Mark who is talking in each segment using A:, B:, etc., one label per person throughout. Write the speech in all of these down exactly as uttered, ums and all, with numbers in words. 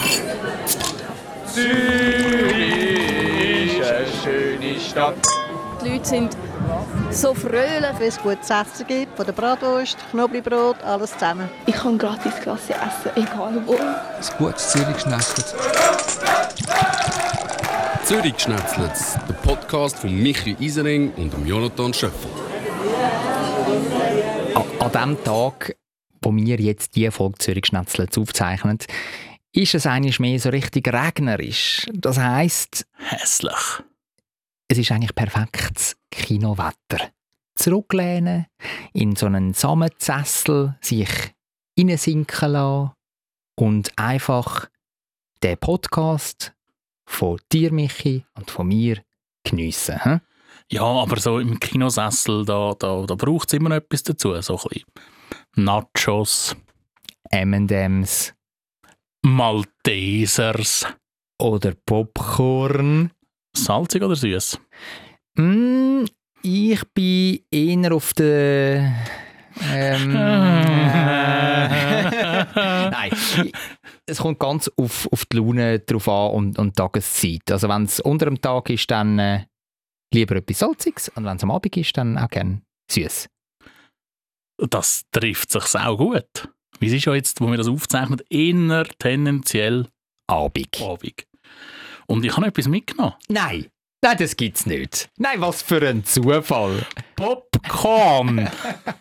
A: Zürich ist eine schöne Stadt.
B: Die Leute sind so fröhlich,
C: wenn es gutes Essen gibt, von der Bratwurst, Knoblauchbrot, alles zusammen.
D: Ich kann gratis Klasse essen, egal wo.
E: Ein gutes Zürich-Schnetzlitz.
F: Zürich-Schnetzlitz, der Podcast von Michi Isering und Jonathan Schöffel.
G: An, an dem Tag, wo wir jetzt diese Folge Zürich-Schnetzlitz aufzeichnen, ist es eigentlich mehr so richtig regnerisch. Das heisst...
H: hässlich.
G: Es ist eigentlich perfektes Kinowetter. Zurücklehnen, in so einen Samensessel sich reinsinken lassen und einfach den Podcast von dir, Michi, und von mir geniessen. Hm?
H: Ja, aber so im Kinosessel, da, da, da braucht es immer noch etwas dazu. So ein bisschen Nachos,
G: M and M's,
H: Maltesers
G: oder Popcorn.
H: Salzig oder süß?
G: Mm, ich bin eher auf der... Ähm, Nein, es kommt ganz auf, auf die Laune drauf an und, und die Tageszeit. Also wenn es unter dem Tag ist, dann äh, lieber etwas Salziges und wenn es am Abend ist, dann auch gerne süß.
H: Das trifft sich auch gut. Wie ist ja jetzt, wo wir das aufzeichnen, eher tendenziell
G: Abend.
H: Abend. Und ich habe etwas mitgenommen.
G: Nein, nein, das gibt's nicht. Nein, was für ein Zufall.
H: Popcorn.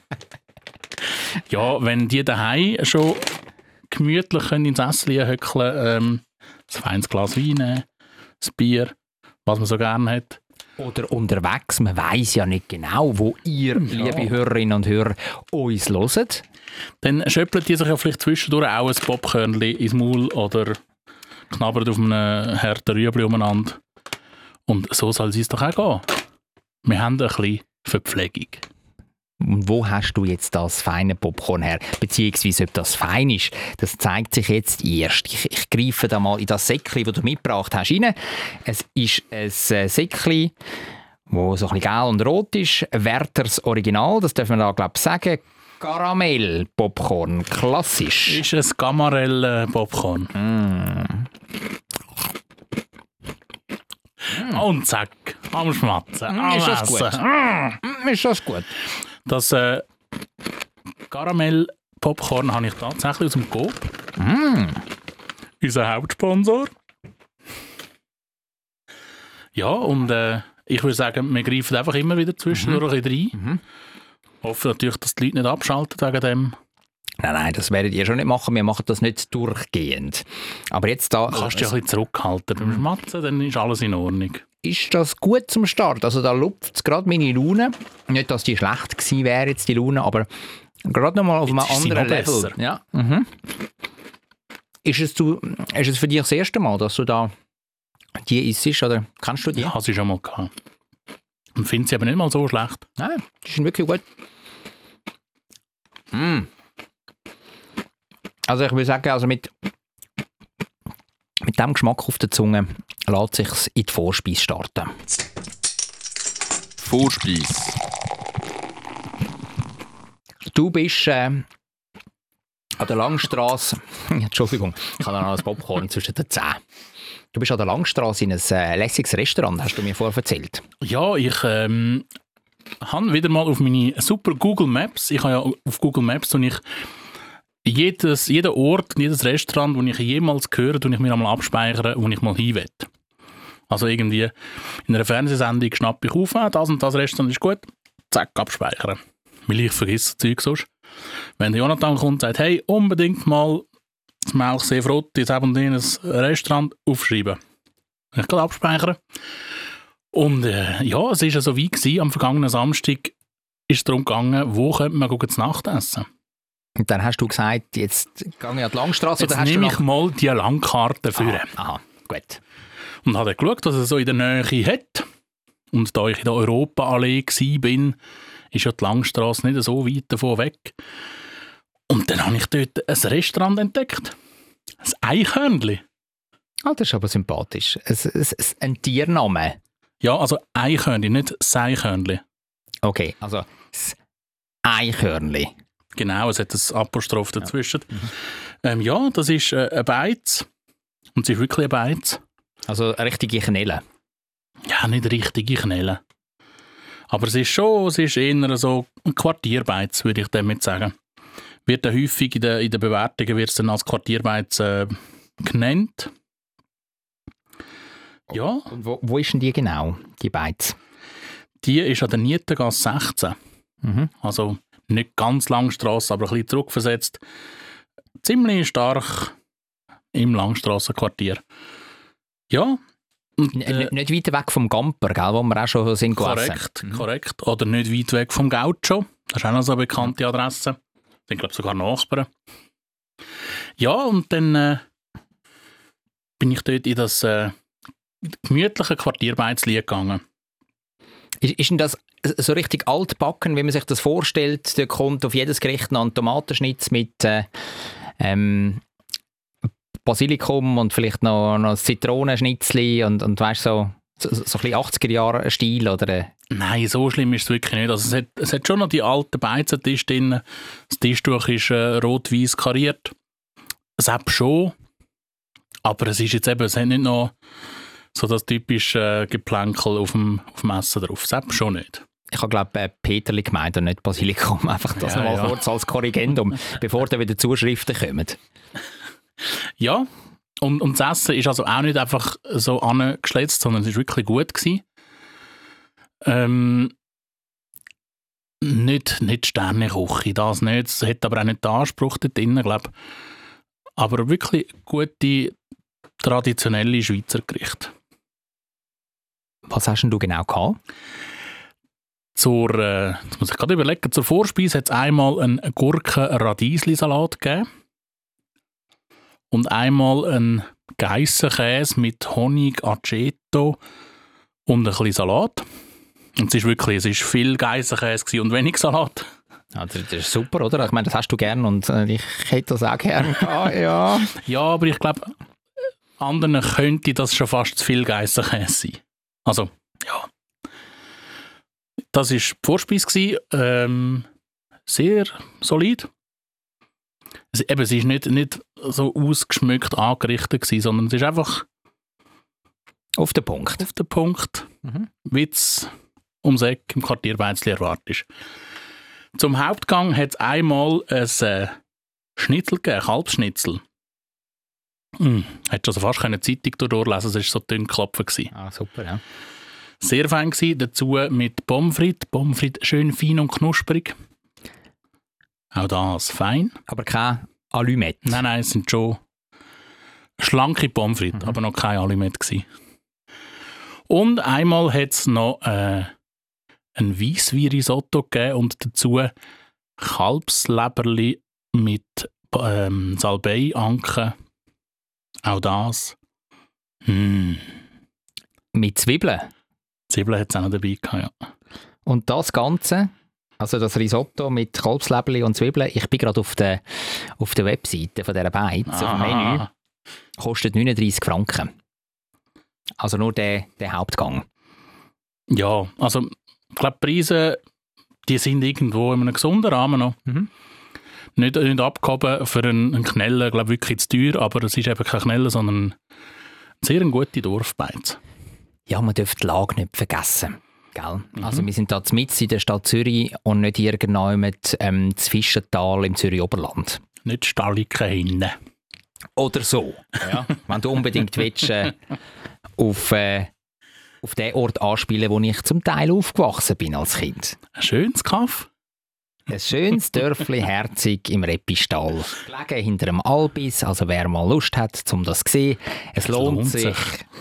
H: Ja, wenn die daheim schon gemütlich können ins Sessel höckeln, ähm, ein feines Glas Wein nehmen, ein Bier, was man so gerne hat.
G: Oder unterwegs, man weiss ja nicht genau, wo ihr, ja. liebe Hörerinnen und Hörer, uns hört.
H: Dann schöppeln die sich ja vielleicht zwischendurch auch ein Popkörnchen ins Maul oder knabbert auf einem harten Rüebli umeinander. Und so soll es doch auch gehen. Wir haben ein bisschen Verpflegung.
G: Und wo hast du jetzt das feine Popcorn her? Beziehungsweise, ob das fein ist, das zeigt sich jetzt erst. Ich, ich greife da mal in das Säckchen, das du mitgebracht hast, rein. Es ist ein Säckchen, das so ein bisschen gelb und rot ist. Werthers Original, das darf man da, glaube ich, sagen. Karamell-Popcorn, klassisch.
H: Ist ein Gamarell-Popcorn.
G: Mm.
H: Mm. Und zack, am Schmatzen.
G: Mm, ist das gut? Mm, ist das gut?
H: Das äh, Karamell-Popcorn habe ich tatsächlich aus dem Coop.
G: Mm.
H: Unser Hauptsponsor. Ja, und äh, ich würde sagen, wir greifen einfach immer wieder zwischendurch ein bisschen rein.
G: Mhm.
H: Hoffe natürlich, dass die Leute nicht abschalten wegen dem.
G: Nein, nein, das werdet ihr schon nicht machen. Wir machen das nicht durchgehend. Aber jetzt da...
H: Du kannst dich ein bisschen zurückhalten beim Schmatzen, dann ist alles in Ordnung.
G: Ist das gut zum Start? Also da lupft es gerade meine Laune. Nicht, dass die schlecht gewesen wäre, jetzt die Laune, aber gerade noch mal auf einem anderen Level.
H: Besser.
G: Ja. Mhm. Ist, es du, ist es für dich das erste Mal, dass du da die isst, oder kennst du die?
H: Ja, sie schon mal gehabt. Und finde sie aber nicht mal so schlecht.
G: Nein, die sind wirklich gut. Mm. Also ich würde sagen, also mit, mit dem Geschmack auf der Zunge lässt sich in die Vorspeise starten.
F: Vorspeise.
G: Du bist äh, an der Langstrasse. Entschuldigung, ich habe noch ein Popcorn zwischen den Zähnen. Du bist an der Langstrasse in ein äh, lässiges Restaurant, hast du mir vorher erzählt.
H: Ja, ich ähm, habe wieder mal auf meine super Google Maps, ich habe ja auf Google Maps und ich jedes, jeden Ort, jedes Restaurant, das ich jemals höre, tue ich mir einmal abspeichern, wo ich mal hin will. Also irgendwie in einer Fernsehsendung schnappe ich auf, das und das Restaurant ist gut, zack, abspeichern. Weil ich vergesse das Zeug sonst. Wenn der Jonathan kommt und sagt, hey, unbedingt mal das Melchsee Frotti, das eben in ein Restaurant aufschreiben. Ich kann abspeichern. Und äh, ja, es war ja so wie gewesen, am vergangenen Samstag ist es darum gegangen, wo könnte man gehen zu Nacht essen.
G: Und dann hast du gesagt, jetzt gehe ich an die Langstrasse.
H: Jetzt nehme ich mal die Langkarte für.
G: Aha, aha, gut.
H: Und habe dann geschaut, was es so in der Nähe hat. Und da ich in der Europaallee war, ist ja die Langstrasse nicht so weit davon weg. Und dann habe ich dort ein Restaurant entdeckt. Ein Eichhörnli.
G: Ah, das ist aber sympathisch. Ein, ein, ein Tiername.
H: Ja, also Eichhörnli, nicht Seichhörnli.
G: Okay, also das Eichhörnli.
H: Genau, es hat ein Apostroph dazwischen. Ja, mhm. ähm, ja das ist äh, ein Beiz Und es ist wirklich ein Beiz.
G: Also eine richtige Knelle.
H: Ja, nicht richtige Knelle. Aber es ist schon, es ist eher so ein Quartierbeiz, würde ich damit sagen. Wird dann häufig in den, in den Bewertungen wird es dann als Quartierbeiz äh, genannt. Ja.
G: Und wo, wo ist denn die genau, die Beiz?
H: Die ist an der Nietengasse sechzehn.
G: Mhm.
H: Also nicht ganz Langstrasse, aber ein bisschen zurückversetzt. Ziemlich stark im Langstrassenquartier. Ja. Und, äh,
G: N- nicht weit weg vom Gamper, gell, wo wir auch schon sind
H: korrekt,
G: gegessen. Mhm.
H: korrekt. Oder nicht weit weg vom Gaucho. Das ist auch noch so eine bekannte Adresse. Ich glaube sogar Nachbarn. Ja, und dann äh, bin ich dort in das äh, gemütliche Quartierbeizli gegangen.
G: Ist, ist denn das so richtig altbacken, wie man sich das vorstellt? Da kommt auf jedes Gericht noch ein Tomatenschnitz mit äh, ähm, Basilikum und vielleicht noch, noch ein Zitronenschnitzli und, und weißt, so, so, so ein bisschen achtziger-Jahre-Stil, oder? Äh?
H: Nein, so schlimm ist es wirklich nicht. Also es, hat, es hat schon noch die alten Beizentische drin. Das Tischtuch ist äh, rot-weiß kariert. Es hat schon, aber es ist jetzt eben, es hat nicht noch so das typische äh, Geplänkel auf dem, auf dem Essen drauf. Das hat schon nicht.
G: Ich habe, glaube ich, Peterli gemeint und nicht Basilikum. Einfach das
H: Ja,
G: nochmal
H: ja.
G: kurz als Korrigendum, bevor dann wieder Zuschriften kommen.
H: Ja, und, und das Essen ist also auch nicht einfach so angeschletzt, sondern es war wirklich gut gewesen. Ähm, nicht, nicht Sterneküche, das nicht. Es hat aber auch nicht den Anspruch dort drin, glaube ich. Aber wirklich gute, traditionelle Schweizer Gerichte.
G: Was hast denn du genau gehabt?
H: Zur, äh, jetzt muss ich gerade überlegen, zur Vorspeise hat es einmal einen Gurken-Radiesli-Salat gegeben. Und einmal einen Geissenkäse mit Honig, Aceto und ein bisschen Salat. Und es ist wirklich, es ist viel Geissenkäse und wenig Salat.
G: Also, das ist super, oder? Ich meine, das hast du gern und äh, ich hätte das auch gern. Ah, ja.
H: Ja, aber ich glaube, anderen könnte das schon fast zu viel Geissenkäse sein. Also, ja. Das war die Vorspeise gewesen, ähm, sehr solid. Es, eben, es war nicht, nicht so ausgeschmückt angerichtet gewesen, sondern es ist einfach
G: Auf den Punkt.
H: auf den Punkt,
G: Mhm.
H: wie es ums Eck im Quartierbeizli erwartet. Zum Hauptgang hat es einmal ein äh, Schnitzel gegeben, ein Kalbsschnitzel. Mm, hättest also fast keine Zeitung durchlesen, es war so dünn geklopft gewesen.
G: Ah, super, ja.
H: Sehr fein gewesen, dazu mit Pommes frites. Pommes frites schön fein und knusprig. Auch das fein.
G: Aber kein Allumette.
H: Nein, nein, es sind schon schlanke Pommes frites,
G: Mhm.
H: aber noch kein Alimett gewesen. Und einmal hat es noch äh, ein Weisswein-Risotto gegeben und dazu Kalbsleberli mit ähm, Salbei-Anken. Auch das. Mm.
G: Mit Zwiebeln.
H: Zwiebeln hat es auch noch dabei gehabt, ja.
G: Und das Ganze, also das Risotto mit Kalbsleberli und Zwiebeln, ich bin gerade auf der, auf der Webseite von dieser Beiz, auf dem Menü, kostet neununddreissig Franken. Also nur der, der Hauptgang.
H: Ja, also ich glaube, die Preise, die sind irgendwo in einem gesunden Rahmen noch.
G: Mhm.
H: Nicht, nicht abgehoben für einen, einen Knelle, glaube wirklich zu teuer, aber es ist eben kein Knelle, sondern eine sehr gute Dorfbeiz.
G: Ja, man darf die Lage nicht vergessen. Gell?
H: Mhm.
G: Also wir sind da mitten in der Stadt Zürich und nicht irgendwo mit ähm, das Fischental im Zürich-Oberland.
H: Nicht Stalliken hinten.
G: Oder so. Ja. Wenn du unbedingt willst, äh, auf, äh, auf den Ort anspielen, wo ich zum Teil aufgewachsen bin als Kind.
H: Ein schönes Kaff.
G: Ein schönes Dörfli herzig im Reppistal. Gelegen hinter einem Albis, also wer mal Lust hat, um das zu sehen, es lohnt,
H: lohnt
G: sich.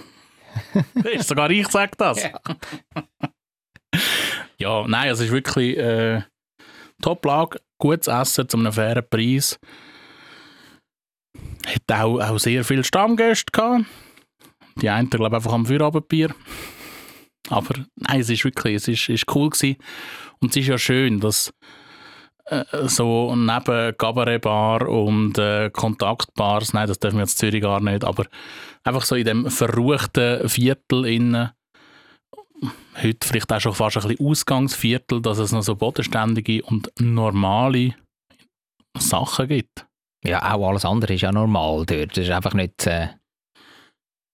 H: sich. Sogar ich sage das.
G: Ja.
H: Ja, nein, es ist wirklich äh, Top-Lage, gutes Essen zu einem fairen Preis. Hat auch, auch sehr viele Stammgäste gehabt. Die einen, glaube ich, einfach am Feierabendbier. Aber nein, es ist wirklich, es ist, ist cool gewesen. Und es ist ja schön, dass äh, so neben Cabaret-Bar und äh, Kontaktbars, nein, das dürfen wir jetzt in Zürich gar nicht, aber einfach so in dem verruchten Viertel innen, heute vielleicht auch schon fast ein bisschen Ausgangsviertel, dass es noch so bodenständige und normale Sachen gibt.
G: Ja, auch alles andere ist ja normal dort. Das ist einfach nicht, äh,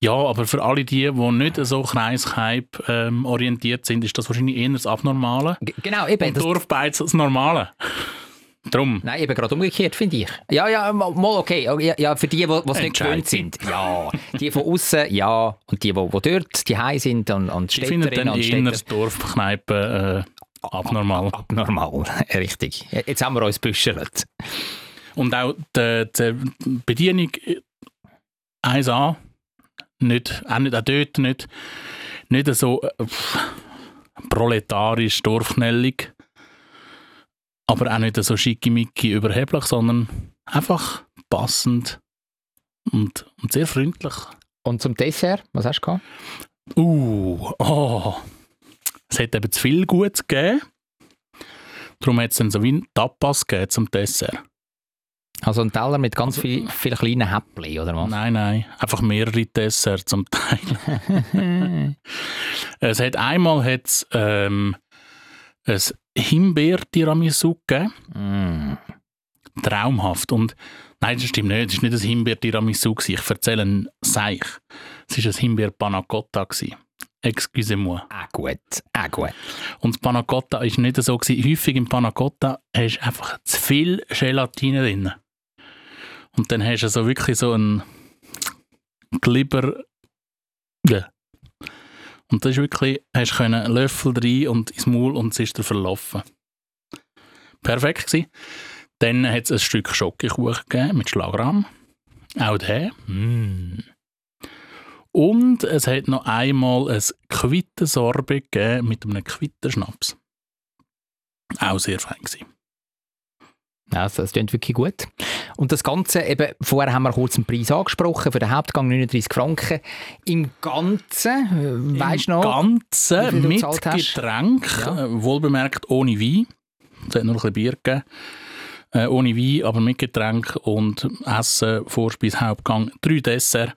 H: Ja, aber für alle die, die nicht so Kreishype ähm, orientiert sind, ist das wahrscheinlich eher das Abnormale.
G: G- Genau, eben.
H: Und Dorfbeiz das Normale. Drum.
G: Nein, eben gerade umgekehrt, finde ich. Ja, ja, mal mal okay. Ja, ja, für die, die es nicht gewöhnt sind. Ja, die von außen, ja. Und die, die, die dort die Heim sind und, und
H: Ich finde
G: Städterinnen
H: dann
G: und
H: eher
G: Städter.
H: das Dorfkneipe äh, abnormal.
G: Abnormal, richtig. Jetzt haben wir uns büschelt.
H: Und auch die, die Bedienung eins a, nicht, auch, nicht, auch dort nicht, nicht so äh, proletarisch, dorfknellig, aber auch nicht so schickimicki überheblich, sondern einfach passend und, und sehr freundlich.
G: Und zum Dessert, was hast du gehabt?
H: Uh, oh. Es hat eben zu viel Gutes gegeben. Darum hat es dann so wie ein Tapas gegeben zum Dessert.
G: Also ein Teller mit ganz vielen viel kleinen Häppchen, oder was?
H: Nein, nein, einfach mehrere Desserts zum Teil. Es hat einmal hat's, ähm, ein Himbeer-Tiramisu gegeben.
G: Mm.
H: Traumhaft. Und nein, das stimmt nicht. Es war nicht ein Himbeer-Tiramisu. Ich erzähle ein Seich. Es war ein Himbeer-Panna-Cotta. Excusez-moi.
G: Ah gut, ah gut.
H: Und das Panna Cotta war nicht so gewesen. Häufig im Panna Cotta hast du einfach zu viel Gelatine drin. Und dann hast du so wirklich so ein Glibber. Ja. Und das ist wirklich, hast du einen Löffel rein und ins Maul und es ist dir verlaufen. Perfekt gewesen. Dann hat es ein Stück Schokokuchen gegeben mit Schlagrahm. Auch der. Mm. Und es hat noch einmal ein Quittensorbet gegeben mit einem Quittenschnaps. Auch sehr fein gewesen.
G: Also, das klingt wirklich gut. Und das Ganze, eben, vorher haben wir kurz den Preis angesprochen, für den Hauptgang neununddreissig Franken. Im Ganzen, äh, weisst du noch?
H: Im Ganzen
G: wie viel du
H: mit
G: gezahlt hast?
H: Getränk,
G: Ja.
H: äh, wohlbemerkt ohne Wein. Es hat nur ein bisschen Bier gegeben. Äh, ohne Wein, aber mit Getränk und Essen, Vorspeise, Hauptgang, drei Dessert.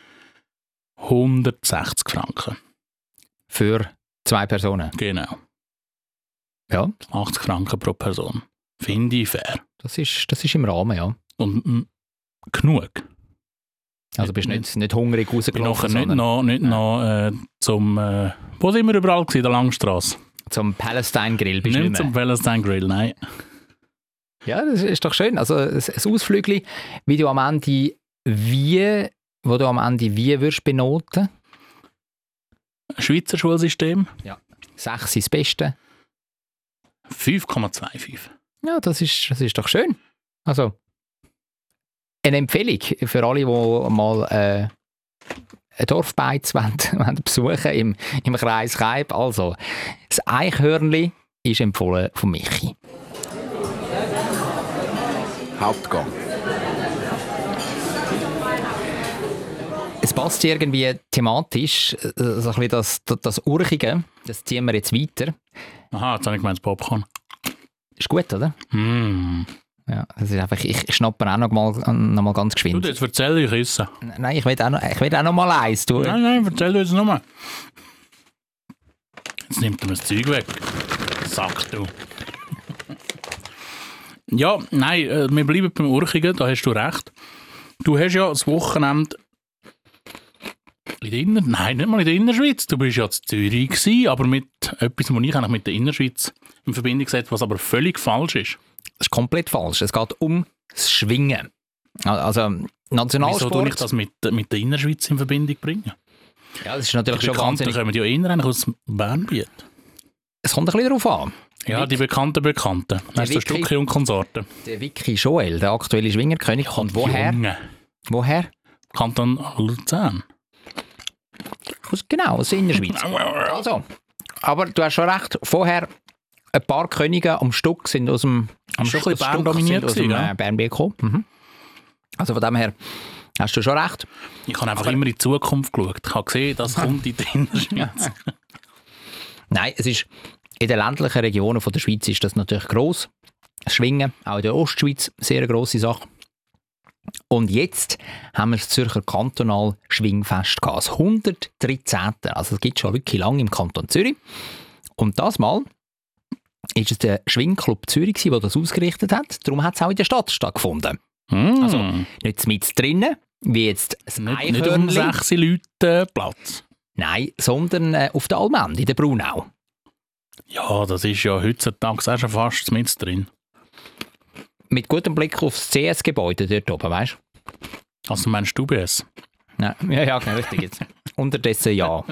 H: hundertsechzig Franken.
G: Für zwei Personen.
H: Genau.
G: Ja,
H: achtzig Franken pro Person. Finde ich fair.
G: das ist, das ist im Rahmen, ja.
H: Und mm, genug.
G: Also bist du nicht, nicht hungrig
H: Ich bin nachher
G: rausgelaufen,
H: nicht
G: sondern
H: noch, nicht noch äh, zum... Äh, wo sind wir überall gewesen? Der Langstrasse.
G: zum Palestine Grill bist du
H: Nicht
G: nicht
H: zum
G: mehr.
H: Palestine Grill, nein.
G: Ja, das ist doch schön. Also ein, ein Ausflügel, wie du am Ende wie, wo du am Ende wie würdest benoten.
H: Schweizer Schulsystem.
G: Sechs ist das Beste.
H: fünf Komma fünfundzwanzig.
G: Ja, das ist, das ist doch schön. Also, eine Empfehlung für alle, die mal äh, ein Dorfbeiz wollen, wollen besuchen im, im Kreis Kaib. Also, das Eichhörnli ist empfohlen von Michi.
A: Hauptgang.
G: Es passt irgendwie thematisch, äh, so ein bisschen das, das, das Urchige, das ziehen wir jetzt weiter.
H: Aha, jetzt habe ich gemeint, das Popcorn.
G: Ist gut, oder?
H: Mm.
G: Ja, das ist einfach, ich schnappe auch noch mal, noch mal ganz
H: Du,
G: geschwind.
H: jetzt erzähl ich essen.
G: Nein, ich will auch noch, ich will auch noch mal eins. Du.
H: Nein, nein, erzähl du jetzt nochmal. Jetzt nimmt er mir das Zeug weg. Sack du. Ja, nein, äh, wir bleiben beim Urchigen, da hast du recht. Du hast ja das Wochenende in der Inner... Nein, nicht mal in der Innerschweiz. Du bist ja in Zürich gewesen, aber mit etwas, was ich eigentlich mit der Innerschweiz in Verbindung setze, was aber völlig falsch ist.
G: Das ist komplett falsch. Es geht um das Schwingen. Also Nationalsport.
H: Wieso tue ich das mit, mit der Innerschweiz in Verbindung bringen?
G: Ja, das ist natürlich
H: Die
G: schon
H: Bekannten
G: wahnsinnig.
H: kommen ja eher eigentlich aus Bernbiet.
G: Es kommt ein bisschen darauf an.
H: Ja, die bekannten Bekannten. Das ist der
G: Vicky-
H: Stucki und Konsorten.
G: Der Vicky Joel, der aktuelle Schwingerkönig, kommt woher?
H: Junge.
G: Woher?
H: Kanton Luzern.
G: Aus, genau, aus der Innerschweiz. Also, aber du hast schon recht. Vorher ein paar Könige am Stück sind aus dem am
H: Schon ein
G: Stück-
H: bisschen Bern
G: Stück
H: dominiert
G: sind aus dem
H: gewesen,
G: äh, Bernbiet gekommen. Mhm. Also von dem her hast du schon recht.
H: Ich habe einfach immer in die Zukunft geschaut. Ich habe gesehen, das kommt in die Innerschweiz.
G: Nein, es ist in den ländlichen Regionen von der Schweiz ist das natürlich gross. Das Schwingen, auch in der Ostschweiz, sehr eine grosse Sache. Und jetzt haben wir das Zürcher Kantonal Schwingfest gehabt. Das hundertdreizehnte Also es gibt schon wirklich lange im Kanton Zürich. Und das Mal ist es der Schwingclub Zürich, der das ausgerichtet hat. Darum hat es auch in der Stadt stattgefunden.
H: Mm.
G: Also nicht mit drinnen, wie jetzt das
H: Nicht, nicht auf dem
G: Eichhörnli.
H: sechs Leuten Platz.
G: Nein, sondern äh, auf der Allmende, in der Brunau.
H: Ja, das ist ja heutzutage auch schon fast mit drin.
G: Mit gutem Blick aufs C S-Gebäude dort oben, weißt du?
H: Also meinst du U B S?
G: Nein, ja, ja, genau, richtig jetzt. Unterdessen ja.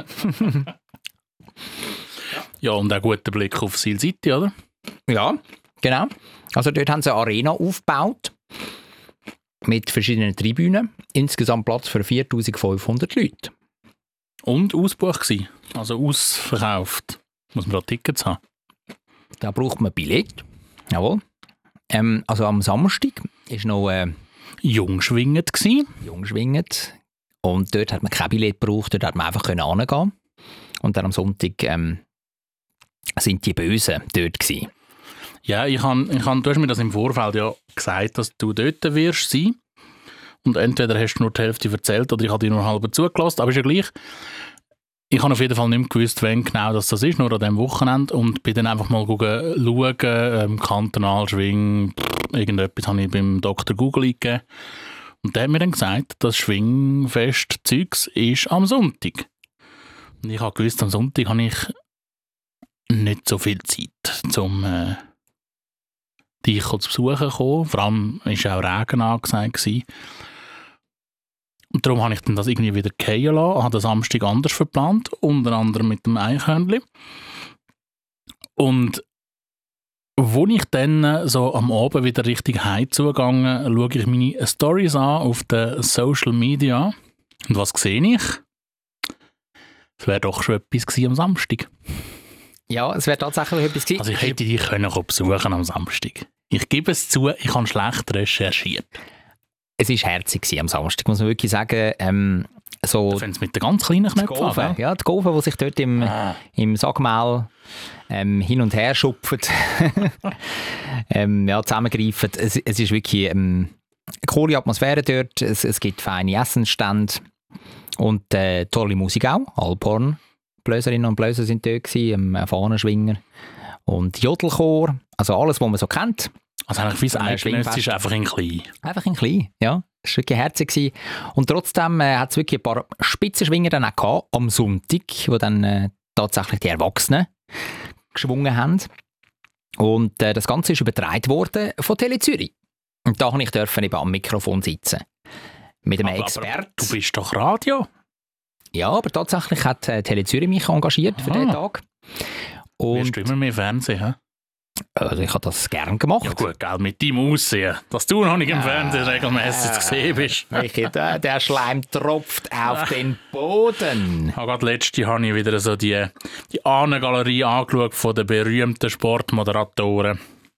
H: Ja, und auch guter Blick auf Seal City, oder?
G: Ja, genau. Also dort haben sie eine Arena aufgebaut mit verschiedenen Tribünen. Insgesamt Platz für viertausendfünfhundert Leute.
H: Und ausgebucht gewesen. Also ausverkauft. Muss man da Tickets haben?
G: Da braucht man Billett. Jawohl. Ähm, also am Samstag ist noch äh,
H: Jungschwingend gewesen.
G: Jungschwingend. Und dort hat man kein Billett gebraucht, dort hat man einfach können hingehen. Und dann am Sonntag ähm, sind die Bösen dort gewesen.
H: Ja, ich han, ich han, du hast mir das im Vorfeld ja gesagt, dass du dort wirst sein. Und entweder hast du nur die Hälfte erzählt oder ich habe dir nur halb zugelassen. Aber ist ja gleich. Ich habe auf jeden Fall nicht mehr gewusst, wann genau das, das ist, nur an diesem Wochenende. Und bin dann einfach mal schauen, ähm, Kantonal, Schwing, pff, irgendetwas habe ich beim Doktor Google eingegeben. Und der hat mir dann gesagt, das Schwingfest-Zeugs ist am Sonntag. Und ich habe gewusst, am Sonntag habe ich nicht so viel Zeit, um äh, dich zu besuchen zu kommen. Vor allem war auch Regen angesagt gewesen. Und darum habe ich dann das irgendwie wieder fallen lassen, habe den Samstag anders verplant, unter anderem mit dem Eichhörnli. Und als ich dann so am Abend wieder richtig heimzugegangen, schaue ich meine Stories an auf den Social Media. Und was sehe ich? Es wäre doch schon etwas gewesen am Samstag.
G: Ja, es wäre tatsächlich etwas gewesen.
H: Also ich hätte dich können besuchen am Samstag. Ich gebe es zu, ich habe schlecht recherchiert.
G: Es war herzig am Samstag, muss man wirklich sagen. Ähm, so
H: Wenn es mit den ganz kleinen Knöpfen
G: Golfen,
H: an,
G: ja, die Golfen, die sich dort im,
H: ah.
G: im Sagmehl ähm, hin und her schupfen, ähm, ja, zusammengreifen. Es, es ist wirklich ähm, eine coole Atmosphäre dort. Es, es gibt feine Essensstände und äh, tolle Musik auch. Alphorn, Bläserinnen und Bläser sind dort gewesen, ähm, Fahnenschwinger und Jodelchor. Also alles, was man so kennt.
H: Also eigentlich wie das Eidgenöss ist einfach in klein.
G: Einfach in klein, ja. Das war wirklich herzig gewesen. Und trotzdem äh, hat es wirklich ein paar Spitzenschwinger dann auch gehabt, am Sonntag, wo dann äh, tatsächlich die Erwachsenen geschwungen haben. Und äh, das Ganze ist übertragen worden von Tele Zürich. Und da durfte ich dürfen eben am Mikrofon sitzen. Mit einem
H: aber,
G: Experten.
H: Aber du bist doch Radio.
G: Ja, aber tatsächlich hat äh, Tele Zürich mich engagiert für diesen Tag.
H: Und wirst du immer mehr Fernsehen, hä?
G: Also ich habe das gern gemacht.
H: Ja gut, gell, mit deinem Aussehen. Dass du noch nicht im Fernsehen regelmäßig zu sehen bist.
G: Welche, der, der Schleim tropft auf den Boden.
H: Ja, gerade letzte habe ich wieder so die, die Ahnengalerie angeschaut von den berühmten Sportmoderatoren.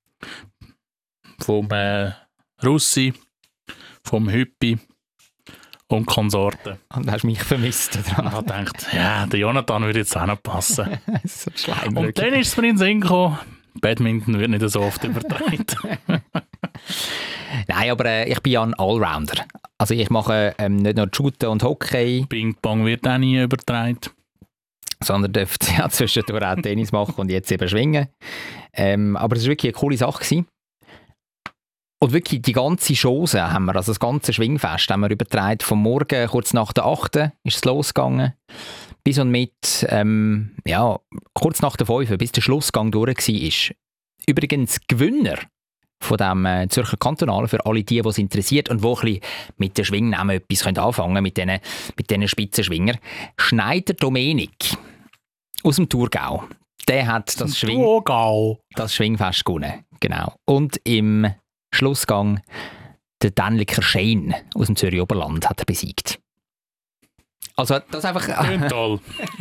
H: Vom äh, Russi, vom Hüppi und Konsorten.
G: Und hast mich vermisst.
H: Und habe gedacht, ja, der Jonathan würde jetzt auch noch passen.
G: So Schleim
H: und dann ist es mir in den Sinn gekommen, Badminton wird nicht so oft übertragen.
G: Nein, aber äh, ich bin ja ein Allrounder. Also ich mache ähm, nicht nur Shooten und Hockey.
H: Ping-Pong wird auch nie übertragen.
G: Sondern dürfte ja zwischendurch auch Tennis machen und jetzt eben schwingen. Ähm, aber es war wirklich eine coole Sache gewesen. Und wirklich die ganze Chose haben wir, also das ganze Schwingfest haben wir übertragen. Vom Morgen kurz nach der achten ist es losgegangen. Bis und mit, ähm, ja, kurz nach der fünf, bis der Schlussgang durch war. Übrigens Gewinner von dem äh, Zürcher Kantonalen, für alle die, die es interessiert und die ein bisschen mit den Schwingnamen etwas anfangen können, mit diesen mit diesen Spitzenschwingern. Schneider Domenik aus dem Thurgau. Der hat das, Schwing das Schwingfest gewonnen. Genau. Und im Schlussgang der Dänliker Schein aus dem Zürich Oberland hat er besiegt. Also das einfach...
H: Toll.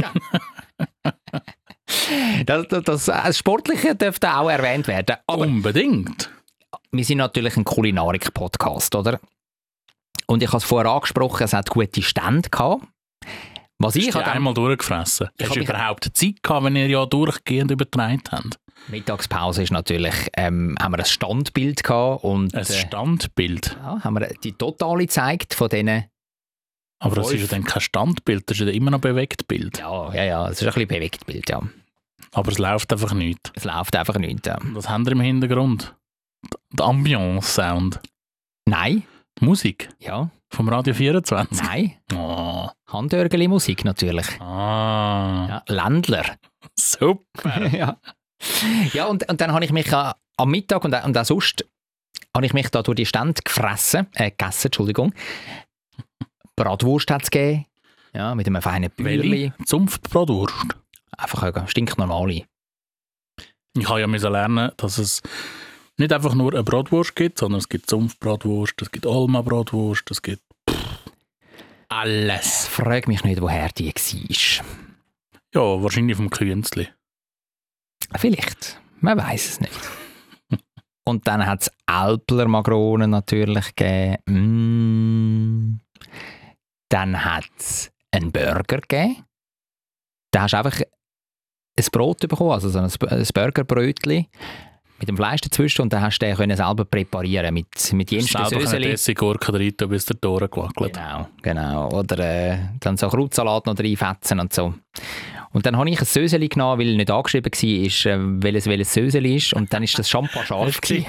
G: das, das, das, das Sportliche dürfte auch erwähnt werden. Aber
H: unbedingt.
G: Wir sind natürlich ein Kulinarik-Podcast, oder? Und ich habe es vorher angesprochen, es hat gute Stände gehabt. Was ich
H: Hast du einmal durchgefressen? Hast du überhaupt Zeit gehabt, wenn ihr ja durchgehend übertragen habt?
G: Mittagspause ist natürlich, ähm, haben wir ein Standbild gehabt. Und,
H: ein Standbild?
G: Äh, ja, haben wir die totale gezeigt von diesen...
H: Aber das ist ja dann kein Standbild, das ist ja immer noch ein Bewegtbild.
G: Ja, ja, ja, es ist ein bisschen bewegt Bild, ja.
H: Aber es läuft einfach nicht.
G: Es läuft einfach nicht, ja.
H: Was haben wir im Hintergrund? Der Ambiance-Sound?
G: Nein.
H: Die Musik?
G: Ja,
H: Vom Radio vierundzwanzig?
G: Nein.
H: Oh.
G: Handörgeli-Musik natürlich.
H: Ah.
G: Ja, Ländler.
H: Super.
G: ja, ja und, und dann habe ich mich äh, am Mittag und, und auch sonst habe ich mich da durch die Stände gefressen, äh, gegessen, Entschuldigung. Bratwurst hat es gegeben. Ja, mit einem feinen Bäuerli.
H: Zunftbratwurst.
G: Einfach eine stinknormale.
H: Ich habe ja müssen lernen, dass es nicht einfach nur eine Bratwurst gibt, sondern es gibt Zunftbratwurst, es gibt Alma-Bratwurst, es gibt pff, alles.
G: Frag mich nicht, woher die war.
H: Ja, wahrscheinlich vom Künstli.
G: Vielleicht. Man weiß es nicht. Und dann hat es Alpler Magronen natürlich gegeben. Mm. Dann hat es einen Burger gegeben. Da hast du einfach ein Brot bekommen, also so ein Burgerbrötchen mit dem Fleisch dazwischen, und dann hast du den können selber präparieren mit, mit jensten
H: Söseli. Selber Essiggurken rein, bis der Tore gewackelt.
G: Genau, genau. Oder äh, dann so Krautsalat noch reinfetzen und so. Und dann habe ich ein Söseli genommen, weil nicht angeschrieben war, äh, welches, welches Söseli ist, und dann ist das Champagner scharf gewesen.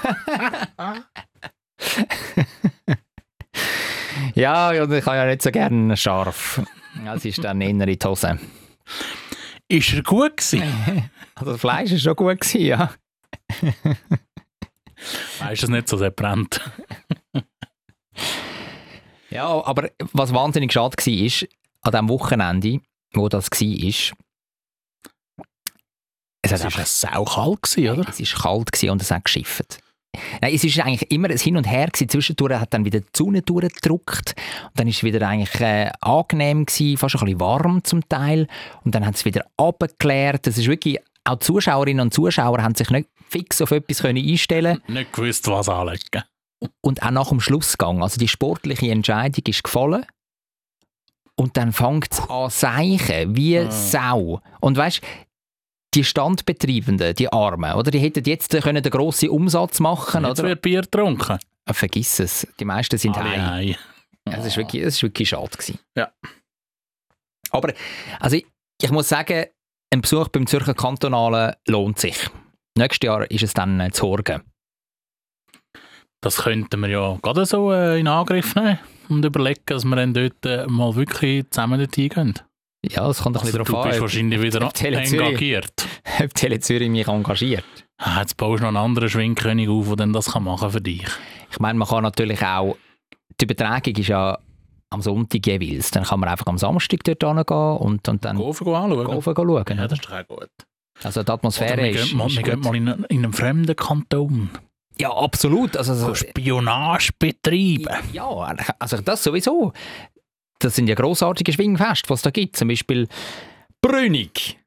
G: Ja, und ich habe ja nicht so gerne scharf. Das ist dann eher in die Hose.
H: Ist er gut gewesen?
G: Also das Fleisch war schon gut gewesen, ja.
H: Weißt du es nicht so, sehr brennt.
G: Ja, aber was wahnsinnig schade war, ist, an dem Wochenende, wo das war, es,
H: es war einfach saukalt gewesen, oder?
G: Es war kalt gewesen und es hat geschifft. Nein, es war eigentlich immer ein Hin und Her gewesen. Zwischendurch hat dann wieder die Sonne durchgedrückt und dann war es wieder eigentlich äh, angenehm gewesen, fast ein bisschen warm zum Teil, und dann hat es wieder runtergeklärt. Das ist wirklich, auch die Zuschauerinnen und Zuschauer haben sich nicht fix auf etwas können einstellen.
H: Nicht gewusst, was anlegen.
G: Und auch nach dem Schlussgang, also die sportliche Entscheidung ist gefallen und dann fängt es an seichen, wie
H: ah.
G: Sau. Und weißt, die Standbetreibenden, die Armen, oder, die hätten jetzt können den grossen Umsatz machen.
H: Jetzt
G: oder?
H: wird Bier getrunken.
G: Vergiss es, die meisten sind heim. Es war wirklich, es war wirklich schade gewesen.
H: Ja.
G: Aber also ich, ich muss sagen, ein Besuch beim Zürcher Kantonalen lohnt sich. Nächstes Jahr ist es dann äh, zu Horgen.
H: Das könnten wir ja gerade so äh, in Angriff nehmen und überlegen, dass wir dann dort äh, mal wirklich zusammen dorthin gehen.
G: Ja, es kommt ein
H: also
G: bisschen drauf an.
H: Du bist wahrscheinlich wieder engagiert.
G: Ob Tele Zürich mich engagiert.
H: Ah, jetzt baust du noch einen anderen Schwingkönig auf, der dann das kann machen für dich.
G: Ich meine, man kann natürlich auch, die Übertragung ist ja am Sonntag jeweils. Dann kann man einfach am Samstag dort hingehen und, und dann
H: Gofen anschauen.
G: Gofen schauen.
H: Ja, das ist auch gut.
G: Also die Atmosphäre
H: Oder wir
G: ist,
H: gehen mal,
G: ist
H: wir gehen mal in, in einem fremden Kanton.
G: Ja, absolut. Also, so
H: Spionage betreiben.
G: Ja, also das sowieso. Das sind ja grossartige Schwingfeste, was es da gibt. Zum Beispiel Brünig.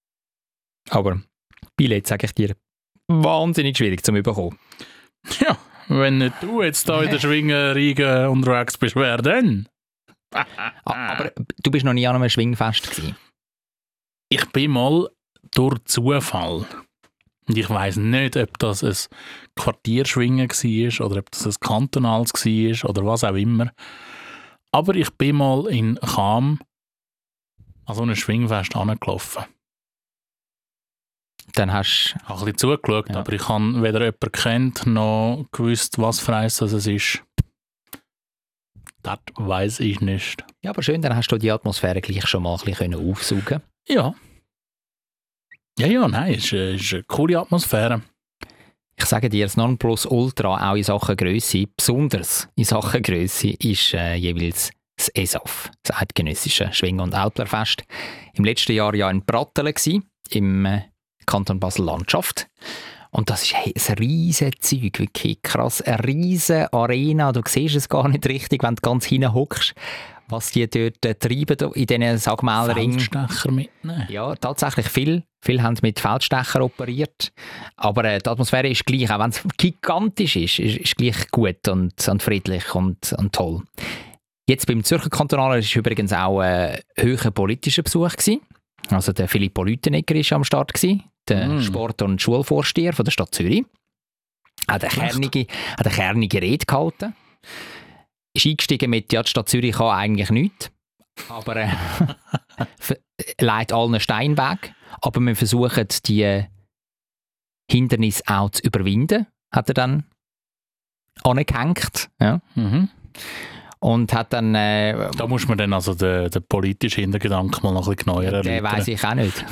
G: Aber Billett, sage ich dir, wahnsinnig schwierig zu bekommen.
H: Ja, wenn nicht du jetzt da in der Schwingerriege unterwegs bist, wer denn?
G: Aber du bist noch nie an einem Schwingfest gewesen.
H: Ich bin mal durch Zufall. Und ich weiss nicht, ob das ein Quartierschwingen war oder ob das ein kantonales war oder was auch immer. Aber ich bin mal in Cham an so einem Schwingfest angelaufen.
G: Dann hast
H: du... Ich habe ein bisschen zugeschaut,
G: ja.
H: aber ich habe weder jemanden kennt, noch gewusst, was für eins es ist. Das weiss ich nicht.
G: Ja, aber schön, dann hast du die Atmosphäre gleich schon mal ein bisschen aufsaugen.
H: Ja. Ja, ja, nein, es ist, es ist eine coole Atmosphäre.
G: Ich sage dir, das Nonplusultra auch in Sachen Grösse, besonders in Sachen Grösse, ist äh, jeweils das E S A F, das Eidgenössische Schwing- und Älplerfest. Im letzten Jahr ja in Pratteln gsi, im äh, Kanton Basel-Landschaft. Und das ist hey, ein riesen Zeug, wirklich krass. Eine riesen Arena, du siehst es gar nicht richtig, wenn du ganz hinten hockst, was die dort äh, treiben in diesen Sagmelringen.
H: Feldstecher mitnehmen.
G: Ja, tatsächlich viel. Viele haben mit Feldstecher operiert. Aber äh, die Atmosphäre ist gleich, auch wenn es gigantisch ist, ist, ist gleich gut und, und friedlich und, und toll. Jetzt beim Zürcher Kantonalen war übrigens auch ein höherer politischer Besuch gewesen. Also der Filippo Lütenegger war am Start gewesen, der mm. Sport- und Schulvorsteher von der Stadt Zürich. Er hat eine kernige, hat eine kernige Rede gehalten. Ist eingestiegen mit, ja, die Stadt Zürich kann eigentlich nichts, aber äh, leitet allen Stein weg. Aber wir versuchen, die Hindernisse auch zu überwinden, hat er dann angehängt. Ja.
H: Mhm.
G: Und hat dann... Äh,
H: da muss man dann also den, den politischen Hintergedanken mal noch ein bisschen genauer erläutern.
G: Den weiss ich auch nicht.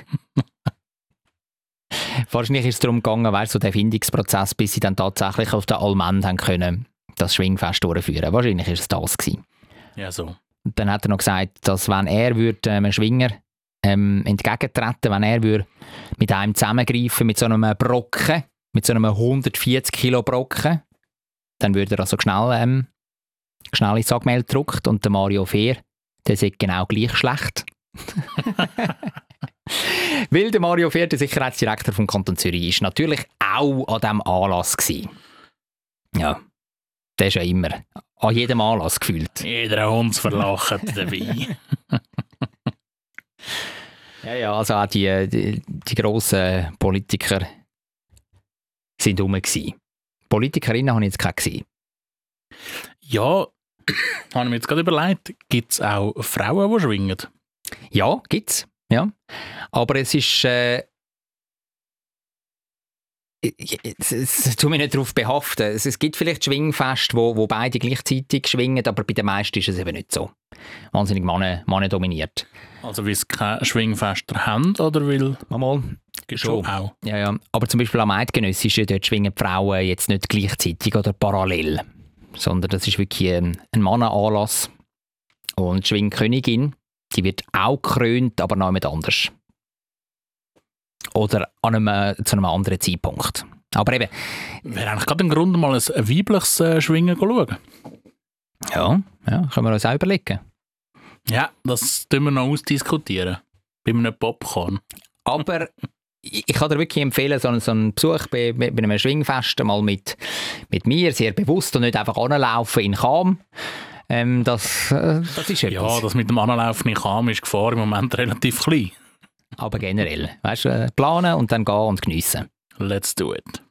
G: Wahrscheinlich ist es darum gegangen, weißt, so der Findungsprozess, bis sie dann tatsächlich auf der Allmend haben können, das Schwingfest durchführen. Wahrscheinlich war es das gewesen.
H: Ja, so.
G: Und dann hat er noch gesagt, dass wenn er würde, einem Schwinger ähm, entgegentreten, wenn er würde mit einem zusammengreifen, mit so einem Brocken, mit so einem hundertvierzig Kilo Brocken, dann würde er also schnell, ähm, schnell ins Sackmehl gedrückt und der Mario Fehr, der sagt genau gleich schlecht. Weil der Mario Fehr, der Sicherheitsdirektor vom Kanton Zürich, ist natürlich auch an diesem Anlass gewesen. Ja, der ist ja immer an jedem Anlass gefühlt.
H: Jeder Hund verlacht dabei.
G: Ja, ja, also auch die, die, die grossen Politiker sind rum gewesen. Politikerinnen habe ich jetzt keine gesehen.
H: Ja, habe ich mir jetzt gerade überlegt, gibt es auch Frauen, die schwingen?
G: Ja, gibt es. Ja. Aber es ist... Äh, es, es tut mich nicht darauf behaften. Es, es gibt vielleicht Schwingfeste, wo, wo beide gleichzeitig schwingen, aber bei den meisten ist es eben nicht so. Wahnsinnig Männer, Männer dominiert.
H: Also weil sie keine Schwingfester haben, oder weil...
G: Mal,
H: schon auch.
G: Ja, ja. Aber zum Beispiel am Eidgenössischen, dort schwingen die Frauen jetzt nicht gleichzeitig oder parallel, sondern das ist wirklich ein, ein Mannenanlass. Und die Schwingkönigin, die wird auch gekrönt, aber noch jemand anders. Oder an einem, zu einem anderen Zeitpunkt. Aber eben...
H: Wäre eigentlich gerade im Grunde mal ein weibliches äh, Schwingen schauen.
G: Ja, ja, können wir uns auch überlegen.
H: Ja, das tun wir noch ausdiskutieren. Bei einem Popcorn.
G: Aber ich, ich kann dir wirklich empfehlen, so einen, so einen Besuch bei, bei einem Schwingfest mal mit, mit mir, sehr bewusst und nicht einfach anlaufen in Cham. Ähm, das, äh, das ist etwas.
H: Ja, das mit dem Anlaufen in Cham ist die Gefahr im Moment relativ klein.
G: Aber generell, weißt du, äh, planen und dann gehen und geniessen.
H: Let's do it.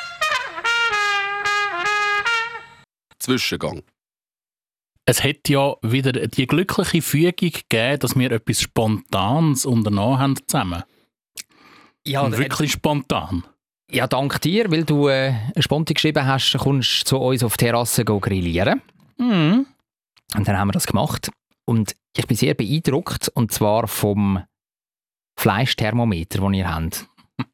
F: Zwischengang.
H: Es hat ja wieder die glückliche Fügung gegeben, dass wir etwas Spontanes unternommen haben zusammen.
G: Ja,
H: und wirklich spontan.
G: Ja, dank dir, weil du äh, eine Sponti geschrieben hast, kommst du zu uns auf die Terrasse grillieren.
H: Mhm.
G: Und dann haben wir das gemacht. Und ich bin sehr beeindruckt, und zwar vom Fleischthermometer, das ihr habt.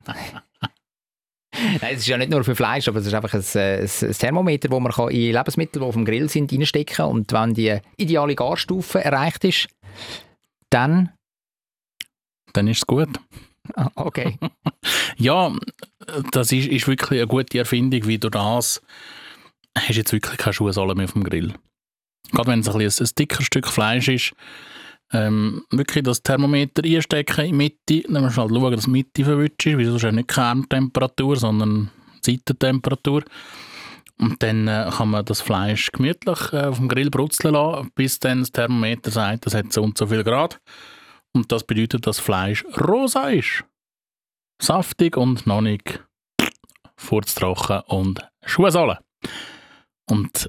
G: Nein, es ist ja nicht nur für Fleisch, aber es ist einfach ein, ein, ein Thermometer, das man in Lebensmittel, die auf dem Grill sind, reinstecken kann. Und wenn die ideale Garstufe erreicht ist, dann...
H: Dann ist es gut.
G: Ah, okay.
H: Ja, das ist, ist wirklich eine gute Erfindung, wie du das hast du jetzt wirklich keine Schuhsohle mehr auf dem Grill. Gerade wenn es ein, bisschen ein, ein dicker Stück Fleisch ist, ähm, wirklich das Thermometer einstecken in die Mitte, dann musst du halt schauen, dass die Mitte verwünscht ist, weil sonst ist nicht Kerntemperatur, sondern Seitentemperatur. Und dann äh, kann man das Fleisch gemütlich äh, auf dem Grill brutzeln lassen, bis dann das Thermometer sagt, das hat so und so viel Grad. Und das bedeutet, dass das Fleisch rosa ist. Saftig und noch nicht furztrocken und Schuhsohle. Und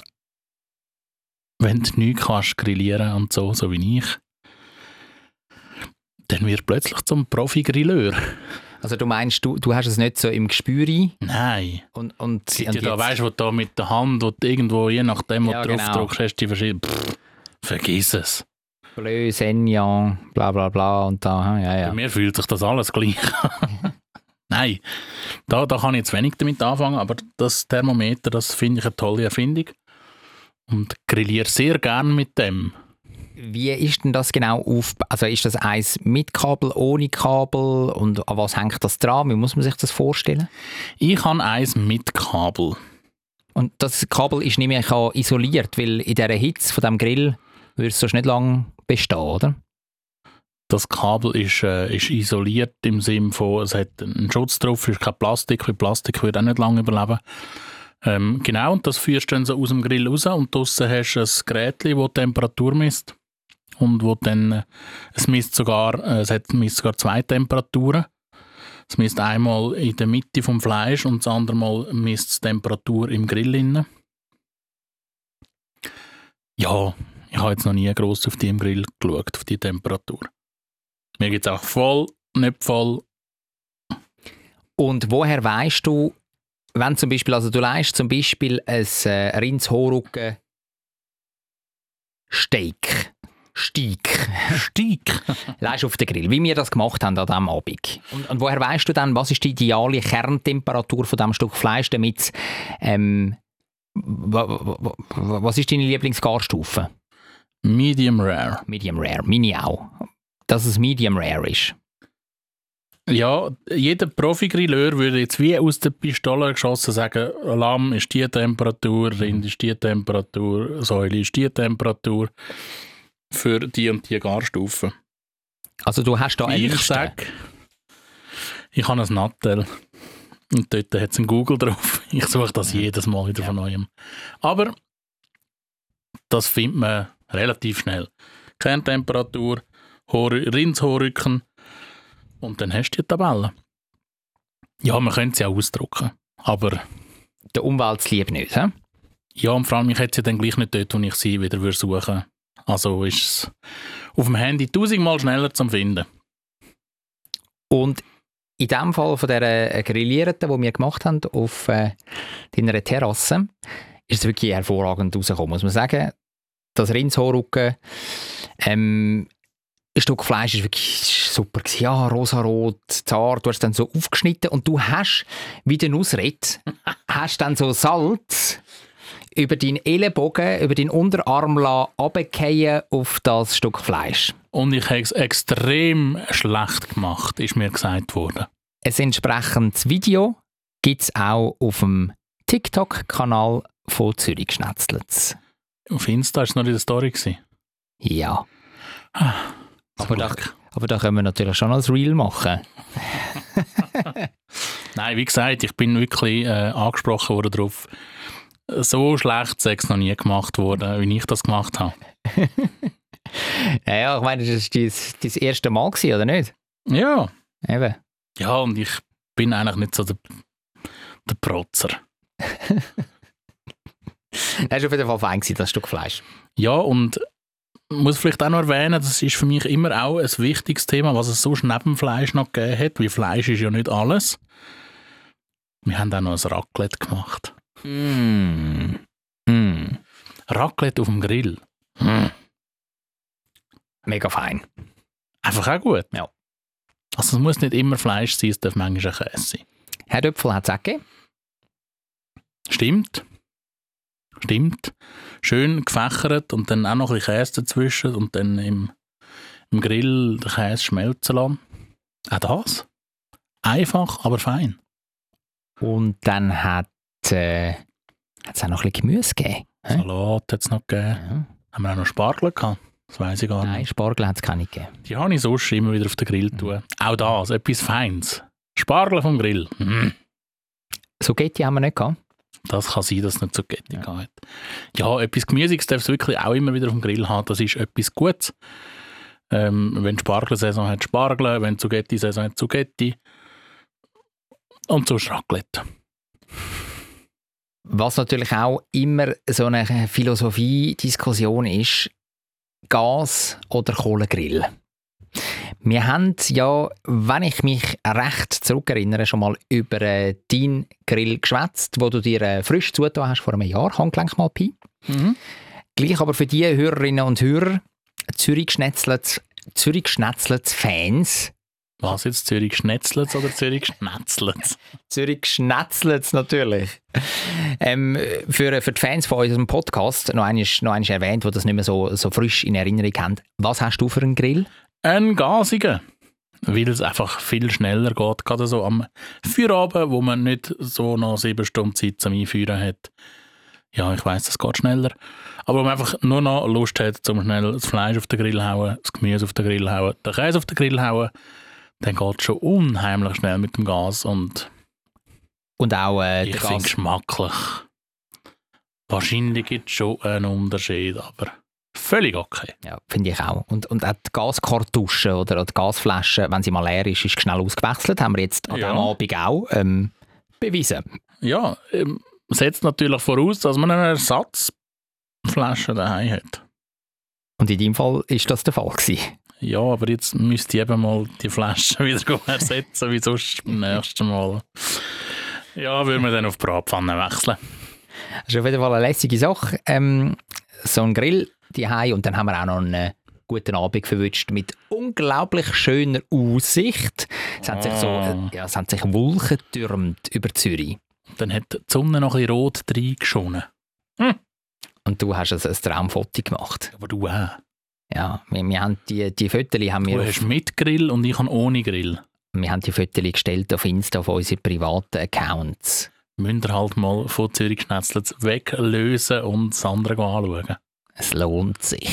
H: wenn du nichts kannst grillieren und so, so wie ich, dann wird plötzlich zum Profi-Grilleur.
G: Also du meinst, du, du hast es nicht so im Gespür?
H: Nein.
G: Und, und,
H: und
G: und
H: da weißt du, wo du da mit der Hand, wo du irgendwo, je nachdem, wo
G: ja,
H: du drauf
G: genau.
H: drückst, hast du die verschiedenen... Pff, vergiss es.
G: Bleu, Senjan, bla bla bla und da, ja, ja.
H: Bei mir fühlt sich das alles gleich. Nein, da, da kann ich jetzt wenig damit anfangen, aber das Thermometer, das finde ich eine tolle Erfindung. Und grilliere sehr gern mit dem.
G: Wie ist denn das genau auf? Also ist das eins mit Kabel, ohne Kabel und an was hängt das dran? Wie muss man sich das vorstellen?
H: Ich habe eins mit Kabel.
G: Und das Kabel ist nämlich auch isoliert, weil in dieser Hitze von diesem Grill würde es sonst nicht lange bestehen, oder?
H: Das Kabel ist, äh, ist isoliert im Sinne von, es hat einen Schutz drauf, es ist kein Plastik, weil Plastik würde auch nicht lange überleben. Ähm, genau, und das führst du dann so aus dem Grill raus und draussen hast du ein Gerät, das die Temperatur misst. Und wo dann, äh, es misst sogar, äh, es hat, misst sogar zwei Temperaturen. Es misst einmal in der Mitte vom Fleisch und das andere Mal misst die Temperatur im Grill innen. Ja, ich habe jetzt noch nie gross auf die im Grill geschaut, auf die Temperatur. Mir gibt es auch voll, nicht voll.
G: Und woher weißt du, wenn zum Beispiel, also du leist zum Beispiel ein äh, Rindshorrücken Steak. Steak.
H: Steak.
G: Leist auf den Grill, wie wir das gemacht haben an diesem Abend. Und, und woher weißt du dann, was ist die ideale Kerntemperatur von diesem Stück Fleisch, damit ähm, was ist deine Lieblingsgarstufe?
H: Medium Rare.
G: Medium Rare, meine auch. Dass es Medium Rare ist.
H: Ja, jeder Profi-Grilleur würde jetzt wie aus der Pistole geschossen sagen, Lamm ist die Temperatur, Rind ist die Temperatur, Säule ist die Temperatur für die und die Garstufe.
G: Also du hast da eine
H: Ich
G: Liste.
H: sage, ich habe ein Nattel und dort hat es einen Google drauf. Ich suche das jedes Mal wieder von neuem. Aber das findet man relativ schnell. Kerntemperatur, Rindshohrrücken und dann hast du die Tabelle. Ja, man könnte sie auch ausdrucken, aber
G: der Umwelt zuliebe nicht, he?
H: Ja, und vor allem, ich hätte sie dann gleich nicht dort, wo ich sie wieder suchen würde. Also ist es auf dem Handy tausendmal schneller zu finden.
G: Und in dem Fall von dieser Grillierten, die wir gemacht haben auf äh, deiner Terrasse, ist es wirklich hervorragend rausgekommen, muss man sagen. Das Rindshohrrücken, ähm, ein Stück Fleisch war wirklich super. Ja, rosarot, zart, du hast es dann so aufgeschnitten und du hast, wie der Nussret, hast dann so Salz über deinen Ellenbogen, über deinen Unterarm runterfallen auf das Stück Fleisch.
H: Und ich habe es extrem schlecht gemacht, ist mir gesagt worden.
G: Ein entsprechendes Video gibt es auch auf dem TikTok-Kanal von Zürich Schnetzlitz.
H: Auf Insta war es noch in der Story.
G: Ja.
H: Ah,
G: aber, da, aber da können wir natürlich schon als Reel machen.
H: Nein, wie gesagt, ich bin wirklich äh, angesprochen worden darauf. So schlecht sei es noch nie gemacht worden, wie ich das gemacht habe.
G: Ja, ich meine, das war dein, dein erste Mal, gewesen, oder nicht?
H: Ja.
G: Eben.
H: Ja, und ich bin eigentlich nicht so der, der Protzer.
G: Das war auf jeden Fall fein, das Stück Fleisch.
H: Ja, und ich muss vielleicht auch noch erwähnen, das ist für mich immer auch ein wichtiges Thema, was es sonst neben dem Fleisch noch gegeben hat, weil Fleisch ist ja nicht alles. Wir haben auch noch ein Raclette gemacht.
G: Mm. Mm.
H: Raclette auf dem Grill. Mm.
G: Mega fein.
H: Einfach auch gut.
G: Ja.
H: Also es muss nicht immer Fleisch sein, es darf manchmal auch Käse sein.
G: Herdöpfel hat es auch gegeben.
H: Stimmt. Stimmt. Schön gefächert und dann auch noch ein bisschen Käse dazwischen und dann im, im Grill den Käse schmelzen lassen. Auch das. Einfach, aber fein.
G: Und dann hat äh, es auch noch ein bisschen Gemüse gegeben.
H: Salat hat es noch gegeben.
G: Ja.
H: Haben wir auch noch Spargel gehabt? Das weiss ich gar nicht.
G: Nein, Spargel hat es keine gegeben.
H: Die habe ich sonst immer wieder auf den Grill tun. Mhm. Auch das, etwas Feines. Spargel vom Grill. Mhm.
G: Zucchetti haben wir nicht gehabt.
H: Das kann sein, dass es nicht Zucchetti ja. hat. Ja, etwas Gemüsiges darf es wirklich auch immer wieder auf dem Grill haben. Das ist etwas Gutes. Ähm, wenn Spargelsaison hat, Spargel. Wenn Zucchetti-Saison hat, Zucchetti. Und so Raclette.
G: Was natürlich auch immer so eine Philosophie-Diskussion ist, Gas- oder Kohlegrill. Wir haben ja, wenn ich mich recht zurückerinnere, schon mal über äh, deinen Grill geschwätzt, wo du dir äh, frisch zugetan hast vor einem Jahr, Handgelenk mal Pi. Mhm. Gleich aber für die Hörerinnen und Hörer, Zürich Schnetzlitz, Zürich Schnetzlitz Fans.
H: Was jetzt, Zürich Schnetzlitz oder Zürich Schnetzlitz?
G: Zürich Schnetzlitz natürlich. Ähm, für, für die Fans von unserem Podcast noch einmal, noch einmal erwähnt, die das nicht mehr so, so frisch in Erinnerung haben. Was hast du für einen Grill?
H: Ein gasigen, weil es einfach viel schneller geht, gerade so am Feierabend, wo man nicht so noch sieben Stunden Zeit zum Einführen hat. Ja, ich weiss, das geht schneller. Aber wo man einfach nur noch Lust hat, zum schnell das Fleisch auf den Grill hauen, das Gemüse auf den Grill hauen, den Käse auf den Grill hauen, dann geht es schon unheimlich schnell mit dem Gas. Und,
G: und auch äh,
H: ich finde es geschmacklich. Wahrscheinlich gibt es schon einen Unterschied, aber völlig okay.
G: Ja, finde ich auch. Und, und auch die Gaskartusche oder die Gasflasche, wenn sie mal leer ist, ist schnell ausgewechselt. Haben wir jetzt an ja. diesem Abend auch ähm, bewiesen.
H: Ja, ähm, setzt natürlich voraus, dass man eine Ersatzflasche daheim hat.
G: Und in deinem Fall ist das der Fall gewesen.
H: Ja, aber jetzt müsste ich eben mal die Flasche wieder ersetzen, wie sonst beim nächsten Mal. Ja, würden wir dann auf die Bratpfanne wechseln.
G: Das ist auf jeden Fall eine lässige Sache. Ähm, so ein Grill die Hause und dann haben wir auch noch einen guten Abend verwünscht mit unglaublich schöner Aussicht. Es hat sich so, äh, ja, es hat sich Wolken türmt über Zürich.
H: Dann hat die Sonne noch ein bisschen rot reingeschonen. Hm.
G: Und du hast ein, ein Traumfoto gemacht.
H: Aber du auch.
G: Ja, wir, wir haben die, die Fotos haben wir
H: Du
G: auf,
H: hast mit Grill und ich habe ohne Grill.
G: wir haben die Fotos gestellt auf Insta auf unsere privaten Accounts.
H: Müsst ihr halt mal von Zürich Schnetzlitz weglösen und das andere anschauen.
G: Es lohnt sich.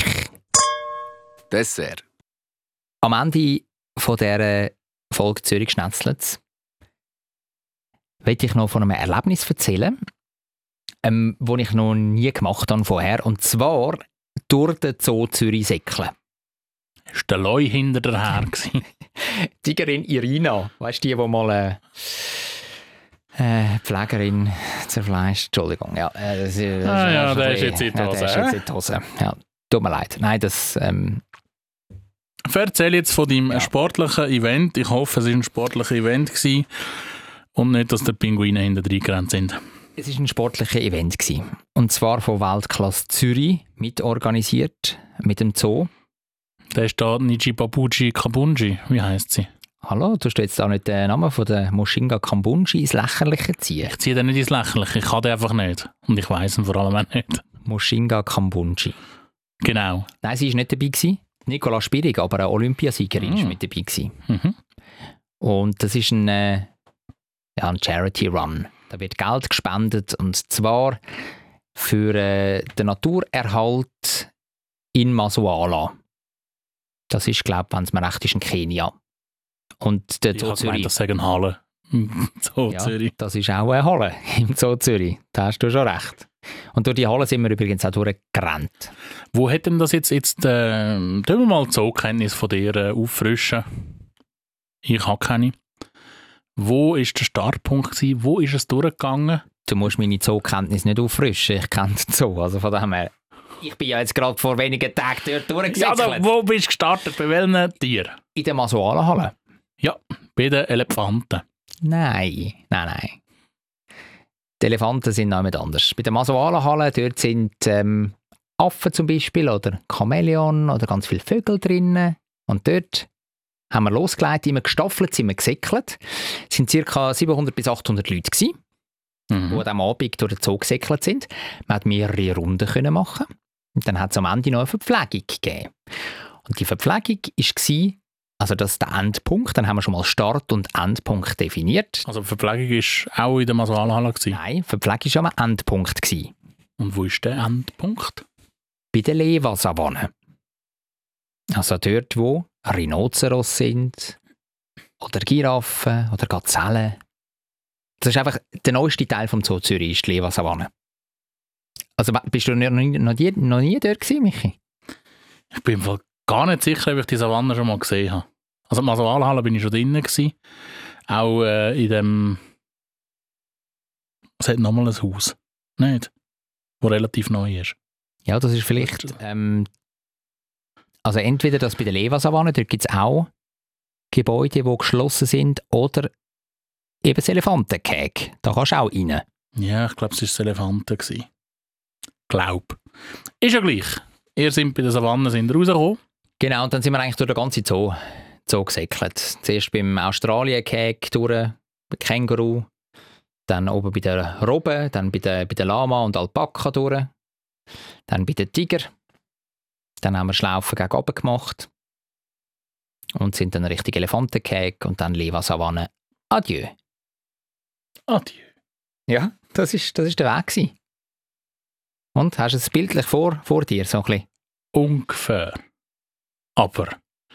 F: Dessert.
G: Am Ende von dieser Folge Zürich Schnetzlitz möchte ich noch von einem Erlebnis erzählen, ähm, das ich noch nie gemacht habe vorher. Und zwar durch den Zoo Zürich säckeln.
H: Ist der Leu hinter der Herr?
G: Tigerin Irina, weißt du, die, die mal äh, äh, Pflegerin zerfleischt. Entschuldigung, ja. Äh, das, das
H: ah, ja,
G: ist
H: der
G: ein
H: ist jetzt in die
G: ja,
H: Hose.
G: der ist jetzt in die Hose. Ja, tut mir leid. Nein, das... Ähm,
H: Erzähl jetzt von deinem
G: Ja.
H: sportlichen Event. Ich hoffe, es war ein sportliches Event gewesen und nicht, dass die Pinguine hinter reingerannt sind.
G: Es war ein sportliches Event gewesen. Und zwar von Weltklasse Zürich mitorganisiert mit dem Zoo.
H: Da ist da Niji Babuji Kabunji. Wie heisst sie?
G: Hallo, du jetzt da nicht den Namen von der Moshinga Kambunji ins Lächerliche ziehen?
H: Ich ziehe den nicht ins Lächerliche. Ich kann den einfach nicht. Und ich weiss ihn vor allem auch nicht.
G: Moshinga Kambunji.
H: Genau.
G: Nein, sie war nicht dabei gewesen. Nicola Spirig, aber eine Olympiasiegerin
H: Mhm.
G: war mit dabei gewesen.
H: Mhm.
G: Und das ist ein, äh, ja, ein Charity Run. Da wird Geld gespendet und zwar für äh, den Naturerhalt in Masuala. Das ist, glaube ich, wenn es mir recht ist, in Kenia. Und der
H: Ich
G: Zoo
H: habe gemeint,
G: Zürich,
H: das sagen Halle. Zoo
G: ja,
H: Zürich.
G: das ist auch eine Halle im Zoo Zürich. Da hast du schon recht. Und durch die Halle sind wir übrigens auch durchgerannt.
H: Wo hat denn das jetzt, jetzt äh, tun wir mal die Zookenntnis von dir äh, auffrischen? Ich habe keine. Wo war der Startpunkt gewesen? Wo ist es durchgegangen?
G: Du musst meine Zookenntnis nicht auffrischen. Ich kenne den Zoo. Also von dem her, ich bin ja jetzt gerade vor wenigen Tagen dort
H: Ja,
G: durchgesäckelt.
H: da, wo bist du gestartet? Bei welchen Tieren?
G: In der Masuala-Halle?
H: Ja, bei den Elefanten.
G: Nein, nein, nein. Die Elefanten sind noch jemand anders. Bei der Masuala-Halle, dort sind ähm, Affen zum Beispiel oder Chamäleon oder ganz viele Vögel drinnen. Und dort haben wir losgelegt, immer gestaffelt, sind wir gesäckelt. Es waren ca. siebenhundert bis achthundert Leute gewesen,
H: Mhm.
G: die an diesem Abend durch den Zoo gesäckelt sind. Man konnte mehrere Runden können machen. Und dann hat es am Ende noch eine Verpflegung gegeben. Und die Verpflegung war, also das ist der Endpunkt, dann haben wir schon mal Start- und Endpunkt definiert.
H: Also die Verpflegung war auch in der Masuala-Halle gewesen.
G: Nein, Verpflegung war am Endpunkt gewesen.
H: Und wo ist der Endpunkt?
G: Bei der Lewa-Savanne. Also dort, wo Rhinoceros sind, oder Giraffen, oder Gazellen. Das ist einfach der neueste Teil vom Zoo Zürich, ist die Lewa-Savanne. Also bist du noch nie, noch nie, noch nie dort gewesen, Michi?
H: Ich bin im Fall gar nicht sicher, ob ich die Savanne schon mal gesehen habe. Also in der Masuala-Halle bin ich schon drinnen gewesen. Auch äh, in dem... Es hat nochmal ein Haus. Nicht? Wo relativ neu ist.
G: Ja, das ist vielleicht... Ähm, also entweder das bei der Lewa-Savanne, dort gibt es auch Gebäude, die geschlossen sind, oder eben das Elefantenkeg. Da kannst du auch rein.
H: Ja, ich glaube, es war das Elefanten gewesen. Glaub. Ist ja gleich. Ihr seid bei der Savanne sind rausgekommen.
G: Genau, und dann sind wir eigentlich durch den ganzen Zoo, Zoo gesäckelt. Zuerst beim Australien-Käg durch, bei Känguru, dann oben bei der Robbe, dann bei der, bei der Lama und Alpaka durch, dann bei den Tiger. Dann haben wir Schlaufen gegen oben gemacht und sind dann Richtung Elefantenkäg und dann Lewa-Savanne. Adieu.
H: Adieu.
G: Ja, das ist, das ist der Weg gewesen. Und, hast du es bildlich vor, vor dir, so ein bisschen?
H: Ungefähr. Aber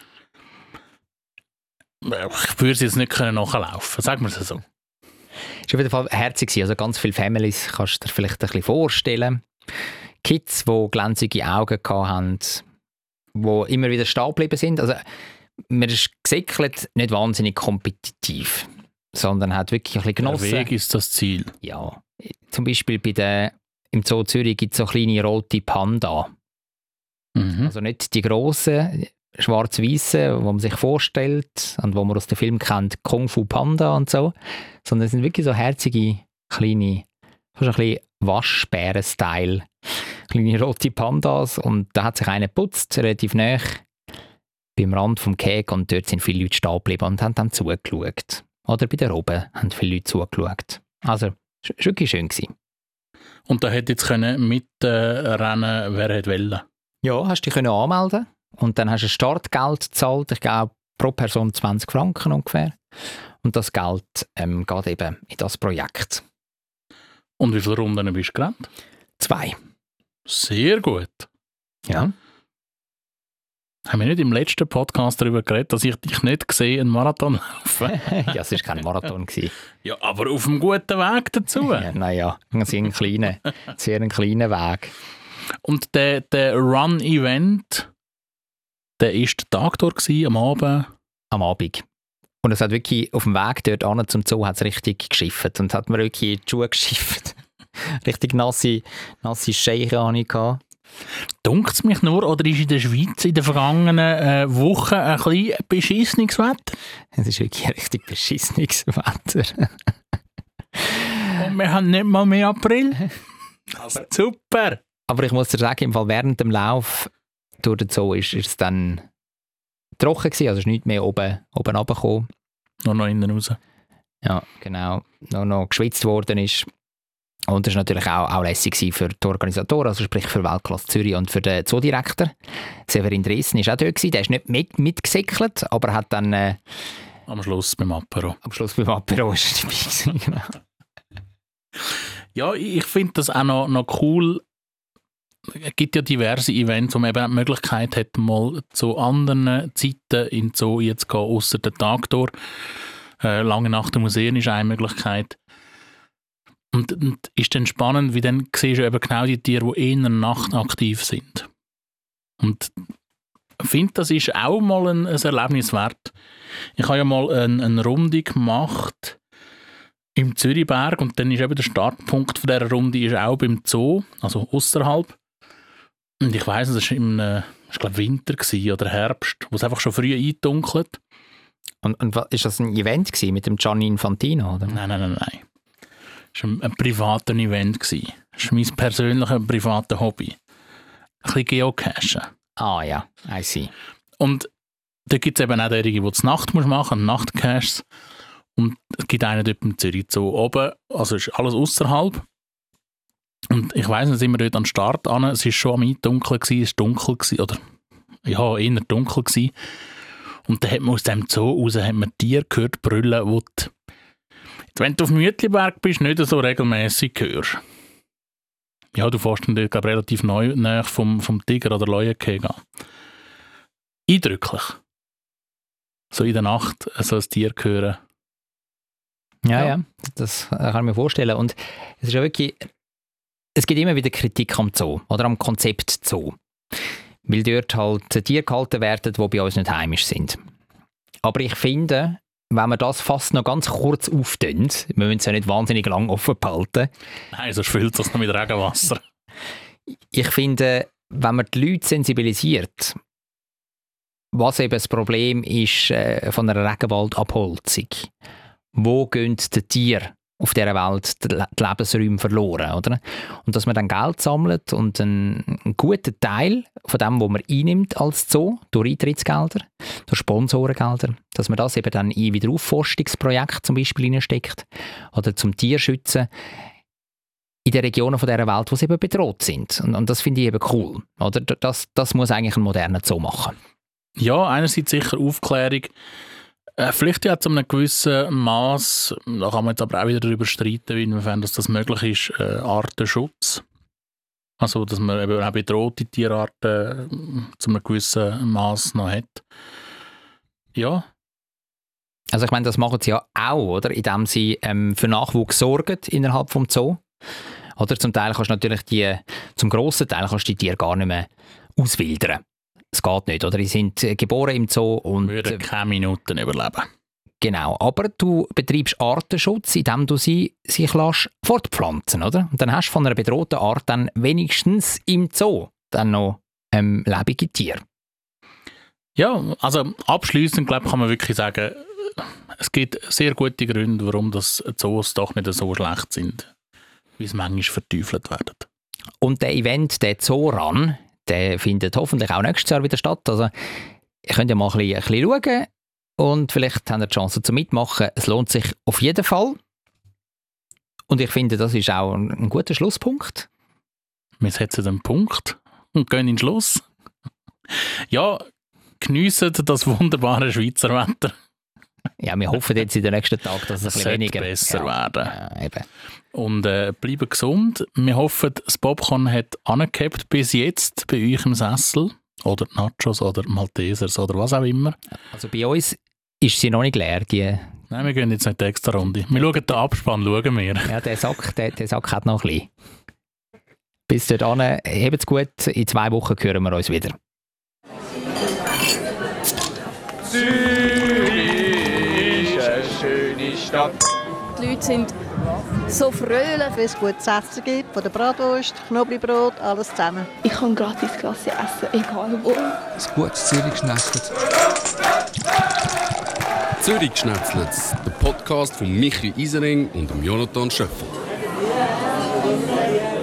H: ich würde es jetzt nicht können nachlaufen, sagen wir es so.
G: Es war auf jeden Fall herzig gewesen. Also ganz viele Families kannst du dir vielleicht ein bisschen vorstellen. Kids, die glänzige Augen hatten, die immer wieder stehen geblieben sind. Also man ist gesäckelt nicht wahnsinnig kompetitiv, sondern hat wirklich ein bisschen genossen.
H: Der Weg ist das Ziel.
G: Ja, zum Beispiel bei der, im Zoo Zürich gibt es so kleine rote Panda.
H: Mhm.
G: Also nicht die grossen, schwarz-weißen, die man sich vorstellt und wo man aus dem Film kennt, Kung Fu Panda und so, sondern es sind wirklich so herzige, kleine, fast ein bisschen Waschbären-Style, kleine rote Pandas. Und da hat sich einer geputzt, relativ nah beim Rand vom Keg. Und dort sind viele Leute stehen geblieben und haben dann zugeschaut. Oder bei der Oben haben viele Leute zugeschaut. Also, es war wirklich schön gewesen.
H: Und da hätte jetzt können mit äh, rennen, wer hätte wollen.
G: Ja, hast dich können anmelden und dann hast du ein Startgeld gezahlt, ich glaube pro Person zwanzig Franken ungefähr. Und das Geld ähm, geht eben in das Projekt.
H: Und wie viele Runden bist du gerannt?
G: Zwei.
H: Sehr gut.
G: Ja.
H: Haben wir nicht im letzten Podcast darüber geredet, dass ich dich nicht gesehen einen Marathon laufen?
G: Ja, es war kein Marathon.
H: Ja, aber auf einem guten Weg dazu.
G: Ja, naja, ein sehr kleiner, sehr ein kleiner Weg.
H: Und der, der Run-Event, der war der Tag dort gewesen, am Abend?
G: Am Abend. Und es hat wirklich auf dem Weg dort an zum Zoo hat's richtig geschifft. Und es hat mir wirklich in die Schuhe geschifft. Richtig nasse, nasse Scheiche hatte ich.
H: Dunkt es mich nur, oder ist in der Schweiz in den vergangenen äh, Wochen ein bisschen beschissenes Wetter?
G: Es ist wirklich ein richtig beschissenes Wetter.
H: Und wir haben nicht mal mehr April. Also, super!
G: Aber ich muss dir sagen, im Fall während dem Lauf durch den Zoo ist, ist es dann trocken gewesen, also es ist nicht mehr oben, oben runtergekommen.
H: Nur noch innen raus.
G: Ja, genau. Nur noch geschwitzt worden ist. Und das war natürlich auch, auch lässig für die Organisatoren, also sprich für Weltklasse Zürich und für den Zoodirektor. Severin Dressen war auch dort gewesen. Der ist nicht mit, mitgesäckelt, aber hat dann... Äh,
H: am Schluss beim Apero.
G: Am Schluss beim Apero ist er dabei gewesen, genau.
H: Ja, ich finde das auch noch, noch cool. Es gibt ja diverse Events, wo man eben die Möglichkeit hat, mal zu anderen Zeiten in den Zoo zu gehen, ausser den Tag durch. Äh, lange Nacht im Museum ist eine Möglichkeit. Und, und ist dann spannend, wie dann siehst du eben genau die Tiere, die eher nachtaktiv sind. Und ich finde, das ist auch mal ein, ein Erlebnis wert. Ich habe ja mal eine, eine Runde gemacht im Zürichberg und dann ist eben der Startpunkt von dieser Runde ist auch beim Zoo, also ausserhalb. Und ich weiss, es war im äh, ich glaube Winter gewesen, oder Herbst, wo es einfach schon früh eindunkelt.
G: Und, und war das ein Event gewesen mit dem Gianni Infantino? Oder?
H: Nein, nein, nein, nein. Es war ein, ein privates Event. Das ist mein persönliches privates Hobby. Ein bisschen Geocachen.
G: Ah ja, I see.
H: Und da gibt es eben auch derjenige, die die Nacht machen muss, Nachtcaches. Und es gibt einen dort in Zürich Zoo oben, also ist alles außerhalb. Und ich weiss nicht, sind wir dort an den Start an, es war schon am Eindunkeln, es war dunkel, gewesen, oder ja, eher dunkel gewesen. Und dann hat man aus dem Zoo raus hat man Tiere gehört brüllen, die du, wenn du auf dem Mütliberg bist, nicht so regelmässig hörst. Ja, du fährst dann dort relativ neu nahe vom, vom Tiger oder Leuenkäse an. Eindrücklich. So in der Nacht so ein Tier hören.
G: Ja, ja, ja, das kann ich mir vorstellen. Und es ist ja wirklich, es gibt immer wieder Kritik am Zoo oder am Konzept Zoo. Weil dort halt Tiere gehalten werden, die bei uns nicht heimisch sind. Aber ich finde, wenn wir das fast noch ganz kurz auftun, wir müssen es ja nicht wahnsinnig lang offen behalten.
H: Nein, sonst füllt es noch mit Regenwasser.
G: Ich finde, wenn man die Leute sensibilisiert, was eben das Problem ist äh, von einer Regenwaldabholzung, wo gehen die Tiere auf dieser Welt die Lebensräume verloren, oder? Und dass man dann Geld sammelt und einen, einen guten Teil von dem, was man einnimmt als Zoo, durch Eintrittsgelder, durch Sponsorengelder, dass man das eben dann in Wiederaufforstungsprojekte zum Beispiel hineinsteckt oder zum Tierschützen in den Regionen von dieser Welt, wo sie eben bedroht sind. Und, und das finde ich eben cool, oder? Das, das muss eigentlich ein moderner Zoo machen. Ja,
H: einerseits sicher Aufklärung, Äh, vielleicht ja zu einem gewissen Maß, da kann man jetzt aber auch wieder darüber streiten, inwiefern das, das möglich ist, äh, Artenschutz. Also, dass man eben auch bedrohte Tierarten äh, zu einem gewissen Maß noch hat. Ja.
G: Also ich meine, das machen sie ja auch, oder? Indem sie ähm, für Nachwuchs sorgen innerhalb des Zoo. Oder zum Teil kannst du natürlich die, zum grossen Teil kannst du die Tiere gar nicht mehr auswildern. Es geht nicht, oder? Die sind geboren im Zoo und
H: würden keine Minuten überleben.
G: Genau, aber du betreibst Artenschutz, indem du sie sich lässt fortpflanzen, oder? Und dann hast du von einer bedrohten Art dann wenigstens im Zoo dann noch ähm, lebende Tiere.
H: Ja, also abschliessend glaube ich, kann man wirklich sagen, es gibt sehr gute Gründe, warum das Zoos doch nicht so schlecht sind, wie es manchmal verteufelt werden.
G: Und der Event, der Zoran, der findet hoffentlich auch nächstes Jahr wieder statt. Also, ihr könnt ja mal ein bisschen, ein bisschen schauen und vielleicht habt ihr die Chance zum Mitmachen. Es lohnt sich auf jeden Fall. Und ich finde, das ist auch ein, ein guter Schlusspunkt.
H: Wir setzen den Punkt und gehen in den Schluss. Ja, geniessen das wunderbare Schweizer Wetter.
G: Ja, wir hoffen jetzt in den nächsten Tagen, dass es ein bisschen
H: Sollte
G: weniger
H: besser
G: ja,
H: werden.
G: Ja, eben.
H: Und äh, bleiben gesund. Wir hoffen, das Popcorn hat angehabt bis jetzt bei euch im Sessel. Oder Nachos oder Maltesers oder was auch immer.
G: Also bei uns ist sie noch nicht leer, die...
H: Nein, wir gehen jetzt nicht die extra Runde. Wir schauen den Abspann, schauen wir.
G: Ja, der Sack, der, der Sack hat noch ein bisschen. Bis dorthin, habt's gut. In zwei Wochen hören wir uns wieder.
A: Zürich ist eine schöne Stadt.
B: Die Leute sind so fröhlich.
C: Wenn es gutes Essen gibt, von der Bratwurst, Knoblauchbrot, alles zusammen.
D: Ich kann gratis Klasse essen, egal wo.
E: Ein gutes Zürich schnetzelt.
F: Zürich Schnetzlert, der Podcast von Michi Isering und dem Jonathan Schöffel.